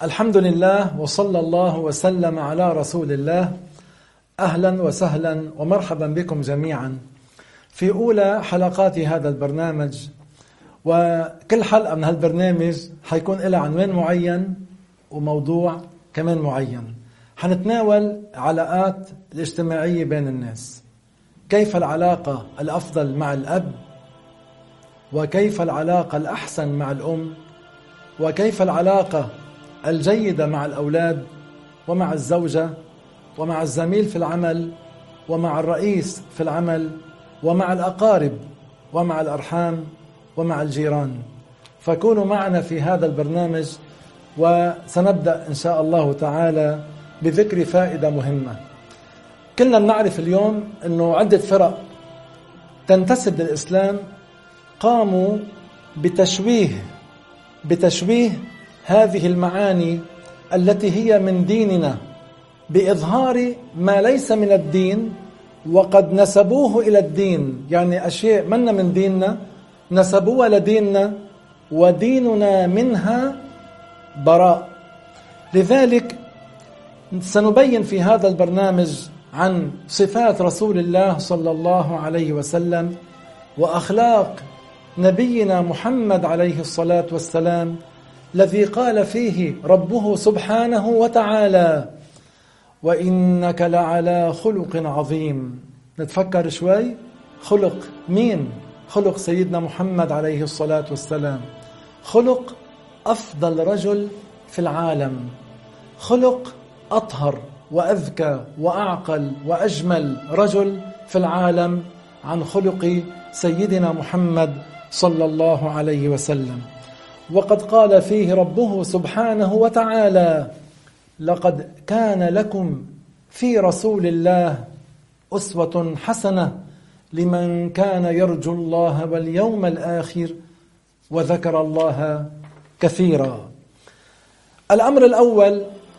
الحمد لله وصلى الله وسلم على رسول الله. أهلا وسهلا ومرحبا بكم جميعا في أولى حلقات هذا البرنامج. وكل حلقة من هالبرنامج حيكون لها عنوان معين وموضوع كمان معين. حنتناول علاقات الاجتماعية بين الناس، كيف العلاقة الأفضل مع الأب، وكيف العلاقة الأحسن مع الأم، وكيف العلاقة الجيدة مع الأولاد ومع الزوجة ومع الزميل في العمل ومع الرئيس في العمل ومع الأقارب ومع الأرحام ومع الجيران. فكونوا معنا في هذا البرنامج، وسنبدأ إن شاء الله تعالى بذكر فائدة مهمة. كلنا بنعرف اليوم أنه عدة فرق تنتسب للإسلام قاموا بتشويه هذه المعاني التي هي من ديننا، بإظهار ما ليس من الدين وقد نسبوه إلى الدين، يعني أشياء منا من ديننا نسبوها لديننا وديننا منها براء. لذلك سنبين في هذا البرنامج عن صفات رسول الله صلى الله عليه وسلم وأخلاق نبينا محمد عليه الصلاة والسلام، الذي قال فيه ربه سبحانه وتعالى: وإنك لعلى خلق عظيم. نتفكر شوي، خلق مين؟ خلق سيدنا محمد عليه الصلاة والسلام، خلق أفضل رجل في العالم، خلق أطهر وأذكى وأعقل وأجمل رجل في العالم عن خلق سيدنا محمد صلى الله عليه وسلم. وقد قال فيه ربه سبحانه وتعالى: لقد كان لكم في رسول الله أسوة حسنة لمن كان يرجو الله واليوم الآخر وذكر الله كثيرا. الأمر الأول،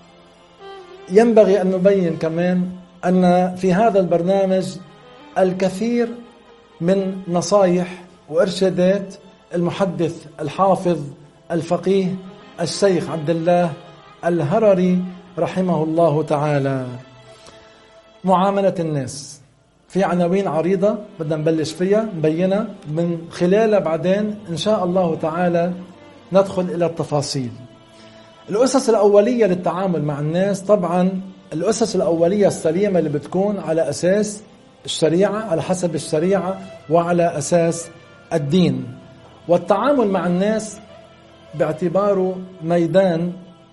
ينبغي أن نبين كمان أن في هذا البرنامج الكثير من نصائح وإرشادات المحدث الحافظ الفقيه الشيخ عبد الله الهرري رحمه الله تعالى. معاملة الناس في عناوين عريضة بدنا نبلش فيها نبينها، من خلالها بعدين إن شاء الله تعالى ندخل إلى التفاصيل. الأسس الأولية للتعامل مع الناس، طبعا الأسس الأولية السليمة اللي بتكون على أساس الشريعة، على حسب الشريعة وعلى أساس الدين. والتعامل مع الناس باعتباره ميدان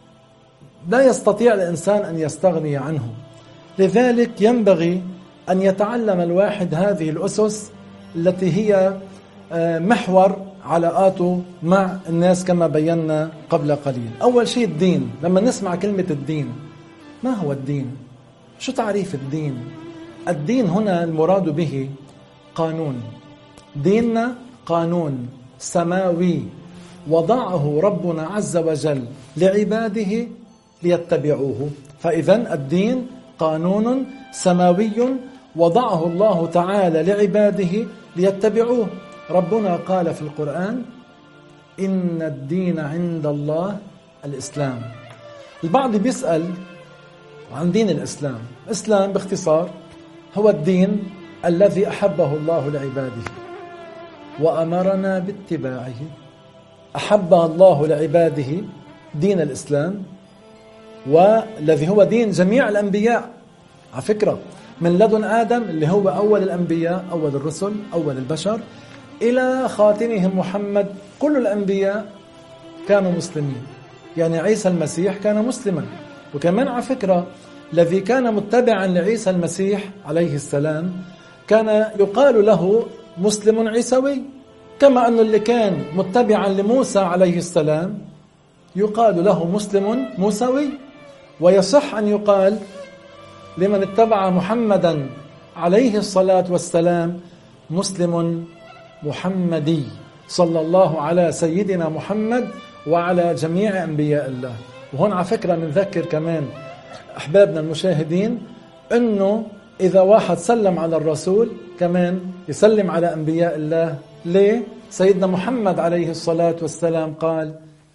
لا يستطيع الإنسان أن يستغني عنه. لذلك ينبغي أن يتعلم الواحد هذه الأسس التي هي محور علاقاته مع الناس كما بينا قبل قليل. أول شيء الدين. لما نسمع كلمة الدين، ما هو الدين؟ شو تعريف الدين؟ الدين هنا المراد به قانون. ديننا قانون سماوي وضعه ربنا عز وجل لعباده ليتبعوه. فإذن الدين قانون سماوي وضعه الله تعالى لعباده ليتبعوه. ربنا قال في القرآن: إن الدين عند الله الإسلام. البعض بيسأل عن دين الإسلام. الإسلام باختصار هو الدين الذي أحبه الله لعباده وأمرنا باتباعه. أحب الله لعباده دين الإسلام، والذي هو دين جميع الأنبياء على فكرة، من لدن آدم اللي هو أول الأنبياء، أول الرسل، أول البشر، إلى خاتمهم محمد. كل الأنبياء كانوا مسلمين، يعني عيسى المسيح كان مسلما. وكمان على فكرة الذي كان متبعا لعيسى المسيح عليه السلام كان يقال له مسلم عيسوي، كما أن اللي كان متبعا لموسى عليه السلام يقال له مسلم موسوي. ويصح أن يقال لمن اتبع محمدا عليه الصلاة والسلام مسلم محمدي، صلى الله على سيدنا محمد وعلى جميع أنبياء الله. وهون على فكرة بنذكر كمان أحبابنا المشاهدين أنه إذا واحد سلم على الرسول كمان يسلم على أنبياء الله. ليه؟ سيدنا محمد عليه الصلاة والسلام قال: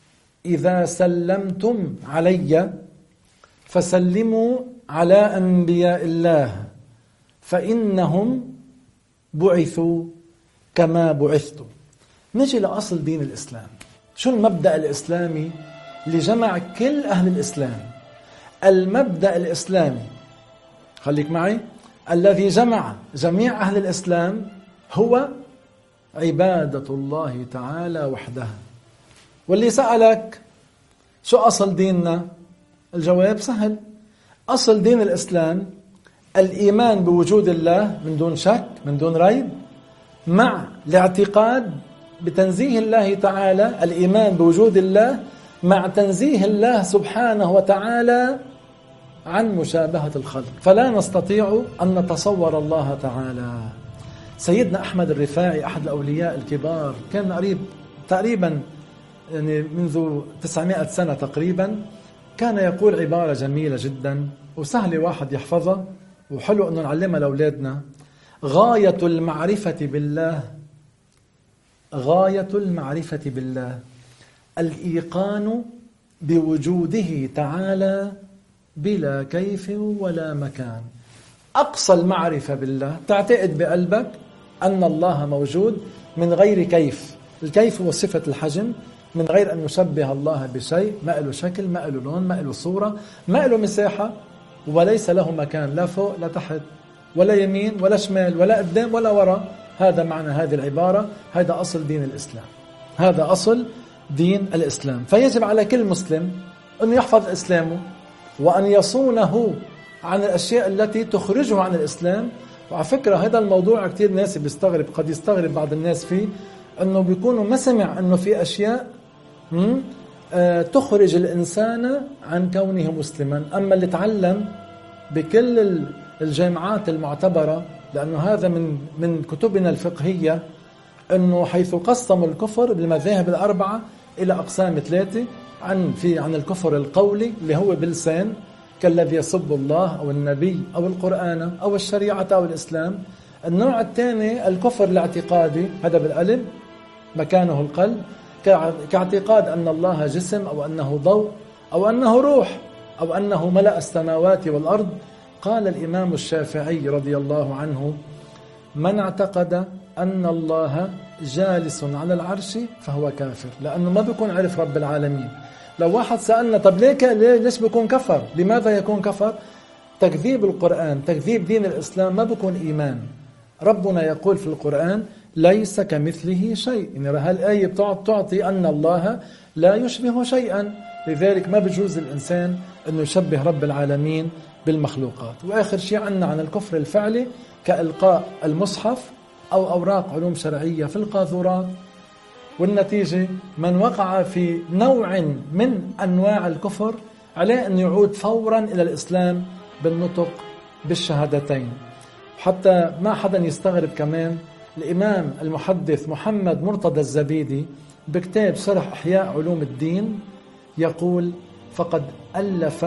إذا سلمتم علي فسلموا على أنبياء الله فإنهم بعثوا كما بعثت. نجي لأصل دين الإسلام. شو المبدأ الإسلامي اللي جمع كل أهل الإسلام؟ المبدأ الإسلامي، خليك معي، الذي جمع جميع أهل الإسلام هو عبادة الله تعالى وحده. واللي سألك شو أصل ديننا؟ الجواب سهل. أصل دين الإسلام الإيمان بوجود الله من دون شك من دون ريب، مع الاعتقاد بتنزيه الله تعالى، الإيمان بوجود الله مع تنزيه الله سبحانه وتعالى عن مشابهة الخلق. فلا نستطيع أن نتصور الله تعالى. سيدنا أحمد الرفاعي أحد الأولياء الكبار، كان قريب تقريبا يعني منذ 900 سنة تقريبا، كان يقول عبارة جميلة جدا وسهل واحد يحفظها وحلو أنه نعلمها لأولادنا: غاية المعرفة بالله، غاية المعرفة بالله الإيقان بوجوده تعالى بلا كيف ولا مكان. أقصى المعرفة بالله تعتقد بقلبك أن الله موجود من غير كيف. الكيف هو صفة الحجم، من غير أن نشبه الله بشيء، ما له شكل، ما له لون، ما له صورة، ما له مساحة، وليس له مكان لا فوق لا تحت ولا يمين ولا شمال ولا قدام ولا وراء. هذا معنى هذه العبارة. هذا أصل دين الإسلام. هذا أصل دين الإسلام. فيجب على كل مسلم أن يحفظ إسلامه وأن يصونه عن الأشياء التي تخرجه عن الإسلام. وعلى فكرة هذا الموضوع كتير ناس بيستغرب، قد يستغرب بعض الناس فيه، أنه بيكونوا ما سمع أنه في أشياء تخرج الإنسان عن كونه مسلما. أما اللي تعلم بكل الجامعات المعتبرة، لأنه هذا من كتبنا الفقهية، أنه حيث قسموا الكفر بالمذاهب الأربعة إلى أقسام 3، عن الكفر القولي اللي هو باللسان كالذي يسب الله أو النبي أو القرآن أو الشريعة أو الإسلام. النوع الثاني الكفر الاعتقادي، هذا بالقلب مكانه القلب، كاعتقاد أن الله جسم أو أنه ضوء أو أنه روح أو أنه ملأ السماوات والأرض. قال الإمام الشافعي رضي الله عنه: من اعتقد أن الله جالس على العرش فهو كافر، لأنه ما بيكون عرف رب العالمين. لو واحد سألنا طب ليش بيكون كفر؟ لماذا يكون كفر؟ تكذيب القرآن، تكذيب دين الإسلام ما بيكون إيمان. ربنا يقول في القرآن: ليس كمثله شيء. يعني هالآية بتعطي أن الله لا يشبه شيئا، لذلك ما بيجوز الإنسان أنه يشبه رب العالمين بالمخلوقات. وآخر شيء عنا عن الكفر الفعلي كإلقاء المصحف أو أوراق علوم شرعية في القاذورات. والنتيجة من وقع في نوع من أنواع الكفر عليه أن يعود فورا إلى الإسلام بالنطق بالشهادتين. حتى ما حدا يستغرب كمان، الإمام المحدث محمد مرتضى الزبيدي بكتاب شرح إحياء علوم الدين يقول: فقد ألف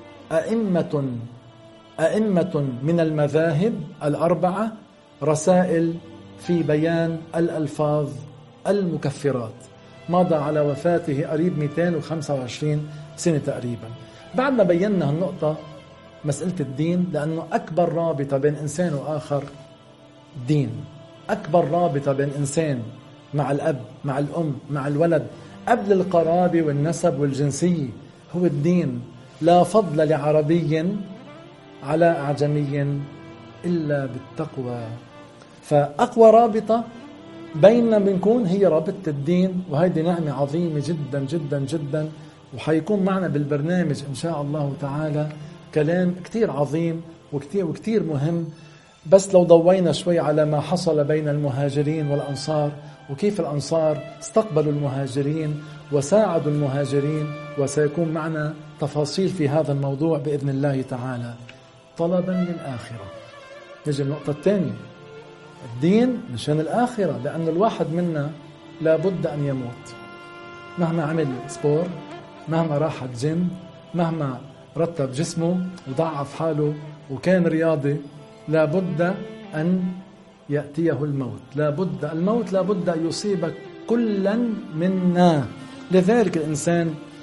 أئمة من المذاهب الأربعة رسائل في بيان الألفاظ المكفرات. مضى على وفاته قريب 225 سنة تقريبا. بعد ما بينا النقطة مسألة الدين، لأنه أكبر رابطة بين إنسان وآخر دين. أكبر رابطة بين إنسان مع الأب مع الأم مع الولد قبل القرابة والنسب والجنسية هو الدين. لا فضل لعربي على أعجمي إلا بالتقوى. فأقوى رابطة بيننا بنكون هي رابطة الدين، وهذه نعمة عظيمة جدا جدا جدا. وحيكون معنا بالبرنامج إن شاء الله تعالى كلام كتير عظيم وكتير مهم. بس لو ضوينا شوي على ما حصل بين المهاجرين والأنصار، وكيف الأنصار استقبلوا المهاجرين وساعدوا المهاجرين، وسيكون معنا تفاصيل في هذا الموضوع بإذن الله تعالى. طلبا للآخرة. نجي النقطة الثانية، الدين مشان الآخرة، لأن الواحد منا لابد أن يموت. مهما عمل سبور، مهما راح الجيم، مهما رتب جسمه وضعف حاله وكان رياضي، لابد أن يأتيه الموت. الموت لابد أن يصيب كلا منا. لذلك الإنسان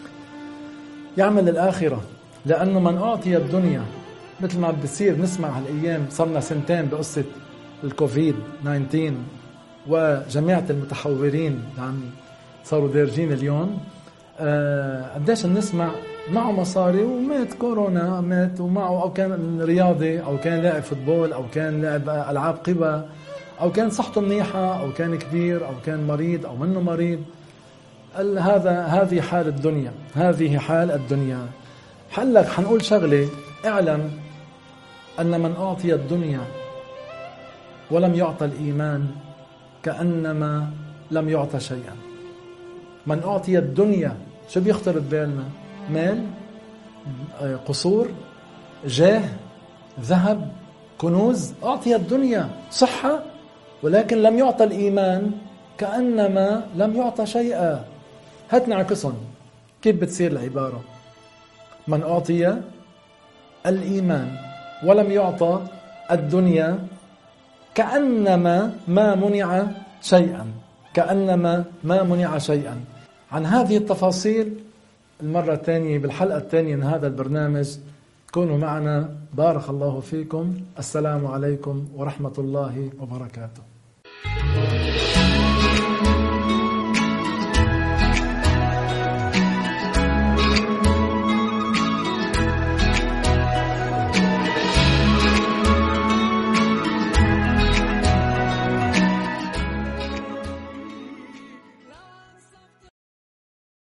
يعمل الآخرة. لأنه من أعطي الدنيا مثل ما بصير نسمع هالأيام، صرنا سنتين بقصة الكوفيد 19 وجماعة المتحورين يعني صاروا دارجين اليوم. قديش نسمع معه مصاري ومات كورونا، مات ومعه أو كان رياضي أو كان لاعب فوتبول أو كان لاعب ألعاب قوى أو كان صحته منيحة أو كان كبير أو كان مريض أو منه مريض. هذه حال الدنيا، هذه حال الدنيا. حلك حنقول شغلة، اعلم أن من أعطي الدنيا ولم يعطى الإيمان كأنما لم يعطى شيئا. من أعطي الدنيا شو بيخطر ببالنا؟ مال، قصور، جاه، ذهب، كنوز. أعطي الدنيا، صحة، ولكن لم يعطى الإيمان كأنما لم يعطى شيئا. هات نعكسهم، كيف بتصير العبارة؟ من أعطي الإيمان ولم يعطى الدنيا كأنما ما منع شيئا، كأنما ما منع شيئا. عن هذه التفاصيل المرة الثانية بالحلقة الثانية من هذا البرنامج. كونوا معنا، بارك الله فيكم. السلام عليكم ورحمة الله وبركاته.